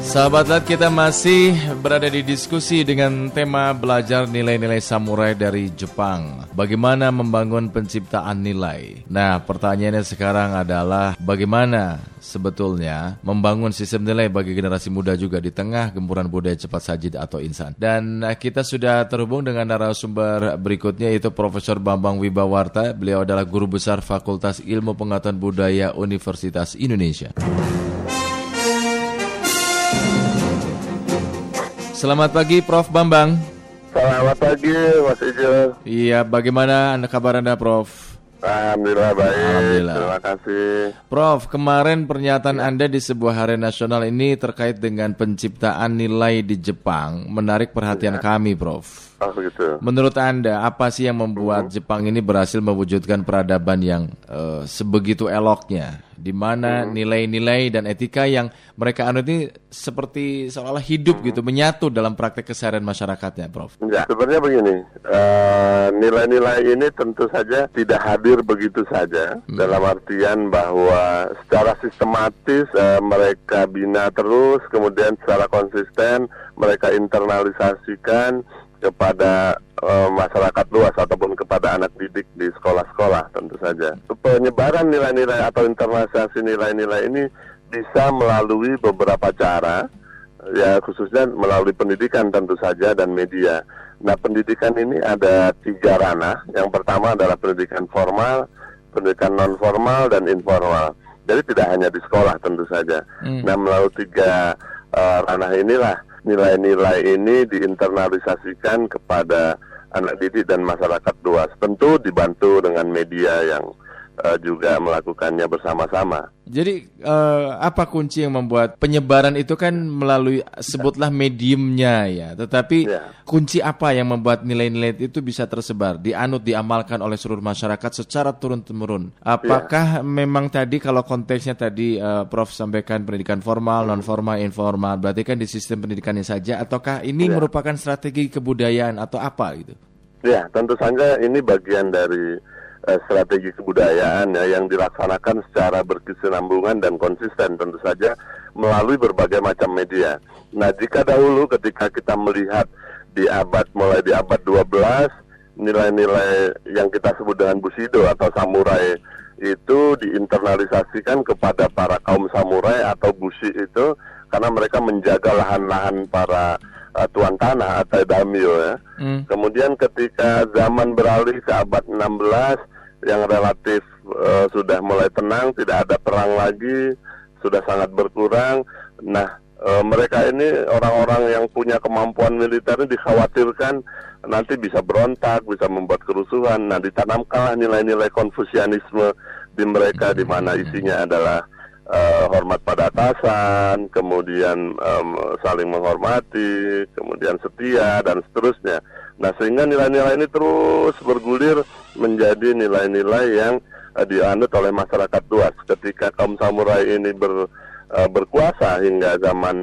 Sahabat Lat, kita masih berada di diskusi dengan tema belajar nilai-nilai samurai dari Jepang. Bagaimana membangun penciptaan nilai? Nah, pertanyaannya sekarang adalah bagaimana sebetulnya membangun sistem nilai bagi generasi muda juga di tengah gempuran budaya cepat saji atau insan. Dan kita sudah terhubung dengan narasumber berikutnya, yaitu Profesor Bambang Wibawarta. Beliau adalah Guru Besar Fakultas Ilmu Pengetahuan Budaya Universitas Indonesia. Selamat pagi Prof. Bambang. Selamat pagi Mas Ijo. Iya, bagaimana kabar Anda Prof? Alhamdulillah baik. Alhamdulillah. Terima kasih. Prof, kemarin pernyataan Anda di sebuah hari nasional ini terkait dengan penciptaan nilai di Jepang menarik perhatian kami Prof. Oh begitu. Menurut Anda, apa sih yang membuat Jepang ini berhasil mewujudkan peradaban yang sebegitu eloknya, di mana nilai-nilai dan etika yang mereka anut ini seperti seolah-olah hidup gitu, menyatu dalam praktek keseharian masyarakatnya, Prof? Ya, sebenarnya begini, nilai-nilai ini tentu saja tidak hadir begitu saja, dalam artian bahwa secara sistematis mereka bina terus, kemudian secara konsisten mereka internalisasikan kepada masyarakat luas ataupun kepada anak didik di sekolah-sekolah tentu saja. Penyebaran nilai-nilai atau internalisasi nilai-nilai ini bisa melalui beberapa cara, ya khususnya melalui pendidikan tentu saja dan media. Nah, pendidikan ini ada 3 ranah. Yang pertama adalah pendidikan formal, pendidikan non formal dan informal. Jadi tidak hanya di sekolah tentu saja. Nah, melalui 3 ranah inilah nilai-nilai ini diinternalisasikan kepada anak didik dan masyarakat luas. Tentu dibantu dengan media yang juga melakukannya bersama-sama. Jadi apa kunci yang membuat penyebaran itu kan melalui sebutlah mediumnya ya, tetapi kunci apa yang membuat nilai-nilai itu bisa tersebar, dianut, diamalkan oleh seluruh masyarakat secara turun-temurun? Apakah memang tadi kalau konteksnya tadi Prof sampaikan pendidikan formal, non formal, informal, berarti kan di sistem pendidikannya saja, ataukah ini merupakan strategi kebudayaan atau apa gitu? Ya, tentu saja ini bagian dari strategi kebudayaan ya, yang dilaksanakan secara berkesinambungan dan konsisten tentu saja melalui berbagai macam media. Nah, jika dahulu ketika kita melihat mulai di abad 12, nilai-nilai yang kita sebut dengan Bushido atau samurai itu diinternalisasikan kepada para kaum samurai atau bushi itu karena mereka menjaga lahan-lahan para tuan tanah atau daimyo ya. Kemudian ketika zaman beralih ke abad 16 yang relatif sudah mulai tenang, tidak ada perang lagi, sudah sangat berkurang. Nah, mereka ini orang-orang yang punya kemampuan militer ini dikhawatirkan nanti bisa berontak, bisa membuat kerusuhan. Nah, ditanamkanlah nilai-nilai Konfusianisme di mereka, di mana isinya adalah hormat pada atasan, kemudian saling menghormati, kemudian setia, dan seterusnya. Nah, sehingga nilai-nilai ini terus bergulir menjadi nilai-nilai yang dianut oleh masyarakat luas. Ketika kaum samurai ini berkuasa hingga zaman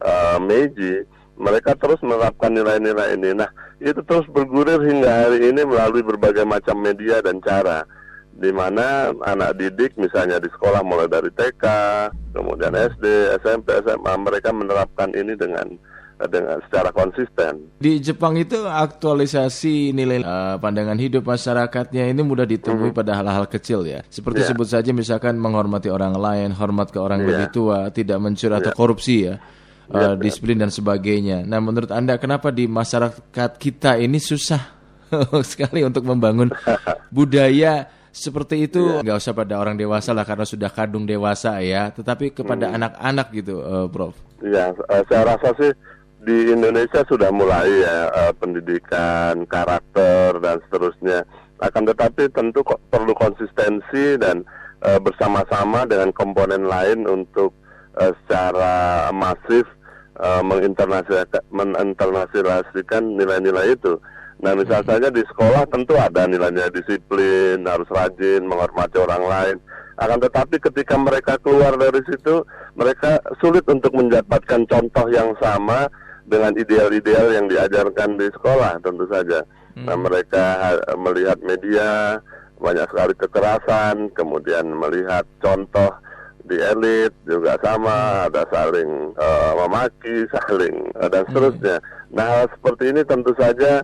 Meiji, mereka terus menerapkan nilai-nilai ini. Nah, itu terus bergulir hingga hari ini melalui berbagai macam media dan cara, di mana anak didik misalnya di sekolah mulai dari TK, kemudian SD, SMP, SMA, mereka menerapkan ini dengan secara konsisten. Di Jepang itu aktualisasi nilai pandangan hidup masyarakatnya ini mudah ditemui pada hal-hal kecil ya. Seperti sebut saja misalkan menghormati orang lain, hormat ke orang lebih tua, tidak mencuri atau korupsi ya. Disiplin dan sebagainya. Nah, menurut Anda kenapa di masyarakat kita ini susah sekali untuk membangun budaya seperti itu? Nggak usah pada orang dewasa lah karena sudah kadung dewasa ya, tetapi kepada anak-anak gitu, Prof. Ya, saya rasa sih di Indonesia sudah mulai ya pendidikan karakter dan seterusnya. Akan tetapi tentu perlu konsistensi dan bersama-sama dengan komponen lain untuk secara masif menginternalisasikan nilai-nilai itu. Nah, misalnya saja di sekolah tentu ada nilainya disiplin, harus rajin, menghormati orang lain. Akan tetapi ketika mereka keluar dari situ, mereka sulit untuk mendapatkan contoh yang sama dengan ideal-ideal yang diajarkan di sekolah tentu saja. Nah, mereka melihat media, banyak sekali kekerasan, kemudian melihat contoh di elit juga sama, ada saling memaki, saling dan seterusnya. Nah, hal seperti ini tentu saja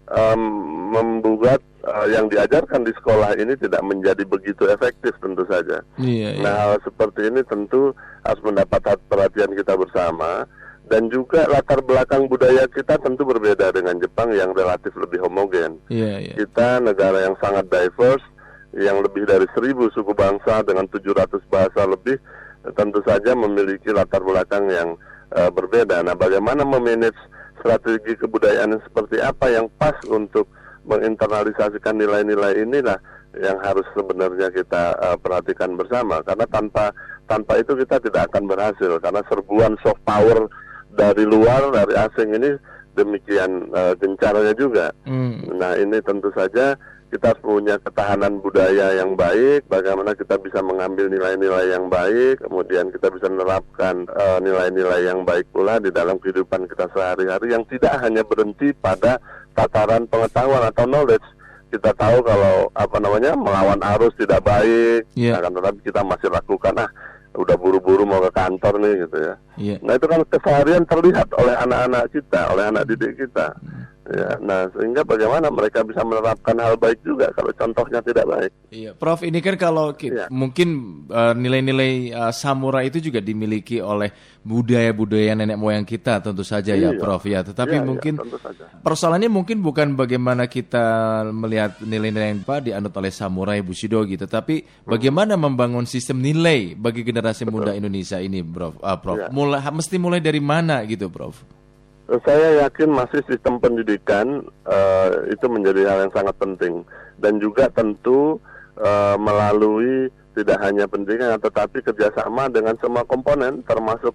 membuat yang diajarkan di sekolah ini tidak menjadi begitu efektif tentu saja. Nah, hal seperti ini tentu harus mendapat perhatian kita bersama. Dan juga latar belakang budaya kita tentu berbeda dengan Jepang yang relatif lebih homogen. Kita negara yang sangat diverse, yang lebih dari 1.000 suku bangsa dengan 700 bahasa lebih, tentu saja memiliki latar belakang yang berbeda. Nah, bagaimana memanage strategi kebudayaan seperti apa yang pas untuk menginternalisasikan nilai-nilai inilah yang harus sebenarnya kita perhatikan bersama. Karena tanpa itu kita tidak akan berhasil. Karena serbuan soft power dari luar, dari asing ini demikian gencarnya juga. Nah, ini tentu saja kita harus punya ketahanan budaya yang baik, bagaimana kita bisa mengambil nilai-nilai yang baik, kemudian kita bisa menerapkan nilai-nilai yang baik pula di dalam kehidupan kita sehari-hari yang tidak hanya berhenti pada tataran pengetahuan atau knowledge. Kita tahu kalau melawan arus tidak baik, akan tetapi kita masih lakukan, udah buru-buru mau ke kantor nih gitu ya. Nah, itu kan keseharian terlihat oleh anak-anak kita, oleh anak didik kita. Ya, nah sehingga bagaimana mereka bisa menerapkan hal baik juga kalau contohnya tidak baik. Prof, ini kan kalau mungkin nilai-nilai samurai itu juga dimiliki oleh budaya-budaya nenek moyang kita tentu saja ya Prof ya. Tetapi mungkin persoalannya mungkin bukan bagaimana kita melihat nilai-nilai yang dianut oleh samurai Bushido gitu, tapi bagaimana membangun sistem nilai bagi generasi muda Indonesia ini, Prof. Mesti mulai dari mana gitu, Prof? Saya yakin masih sistem pendidikan itu menjadi hal yang sangat penting, dan juga tentu melalui tidak hanya pendidikan tetapi kerjasama dengan semua komponen, termasuk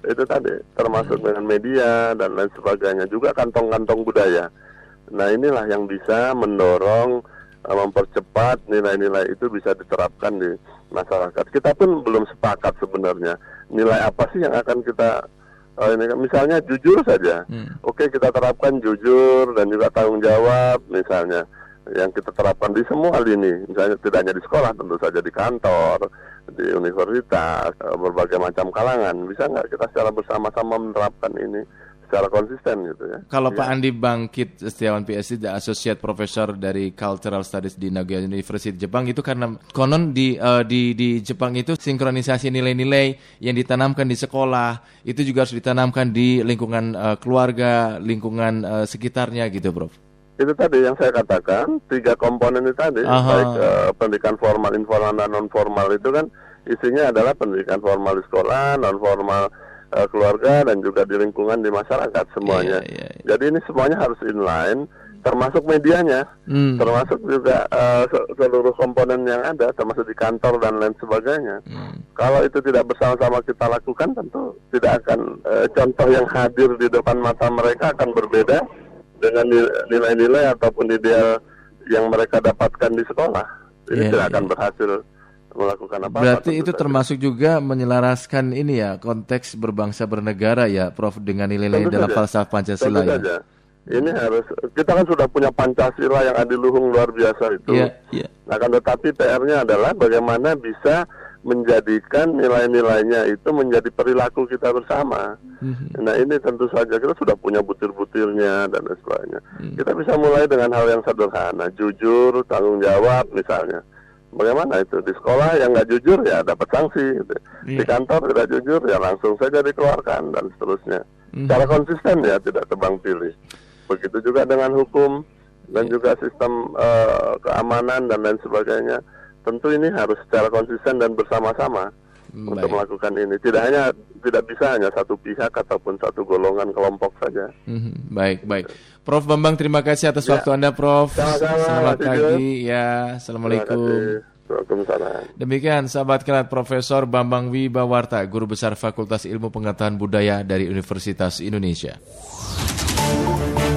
dengan media dan lain sebagainya, juga kantong-kantong budaya. Nah, inilah yang bisa mendorong mempercepat nilai-nilai itu bisa diterapkan di masyarakat. Kita pun belum sepakat sebenarnya nilai apa sih yang akan kita misalnya jujur saja. Oke, kita terapkan jujur dan juga tanggung jawab misalnya yang kita terapkan di semua lini, misalnya tidak hanya di sekolah, tentu saja di kantor, di universitas, berbagai macam kalangan. Bisa nggak kita secara bersama-sama menerapkan ini secara konsisten gitu ya. Kalau Pak Andi Bangkit Setiawan PhD, Associate Professor dari Cultural Studies di Nagoya University Jepang, itu karena konon di Jepang itu sinkronisasi nilai-nilai yang ditanamkan di sekolah itu juga harus ditanamkan di lingkungan keluarga, lingkungan sekitarnya gitu, Prof. Itu tadi yang saya katakan, 3 komponen itu tadi, baik pendidikan formal, informal, dan non-formal itu kan isinya adalah pendidikan formal di sekolah, non-formal keluarga, dan juga di lingkungan di masyarakat semuanya. Jadi ini semuanya harus inline, termasuk medianya, termasuk juga seluruh komponen yang ada, termasuk di kantor dan lain sebagainya. Kalau itu tidak bersama-sama kita lakukan, tentu tidak akan contoh yang hadir di depan mata mereka akan berbeda dengan nilai-nilai ataupun ideal yang mereka dapatkan di sekolah. Ini tidak akan berhasil melakukan apa-apa. Berarti itu termasuk juga menyelaraskan ini ya, konteks berbangsa bernegara ya, Prof, dengan nilai-nilai dalam falsafah Pancasila ya. Saja. Ini harus, kita kan sudah punya Pancasila yang adiluhung luar biasa itu. Nah, kan tetapi PR-nya adalah bagaimana bisa menjadikan nilai-nilainya itu menjadi perilaku kita bersama. Nah, ini tentu saja kita sudah punya butir-butirnya dan sebagainya. Kita bisa mulai dengan hal yang sederhana, jujur, tanggung jawab misalnya. Bagaimana itu di sekolah yang nggak jujur ya dapat sanksi, gitu. Di kantor tidak jujur ya langsung saja dikeluarkan dan seterusnya. Secara konsisten ya, tidak tebang pilih. Begitu juga dengan hukum dan juga sistem keamanan dan lain sebagainya. Tentu ini harus secara konsisten dan bersama-sama untuk melakukan ini. Tidak bisa hanya satu pihak ataupun satu golongan kelompok saja. Baik. Prof Bambang, terima kasih atas waktu Anda, Prof. Selamat pagi. Ya, Assalamualaikum. Waalaikumsalam. Demikian sahabat kerat, Profesor Bambang Wibawarta, Guru Besar Fakultas Ilmu Pengetahuan Budaya dari Universitas Indonesia.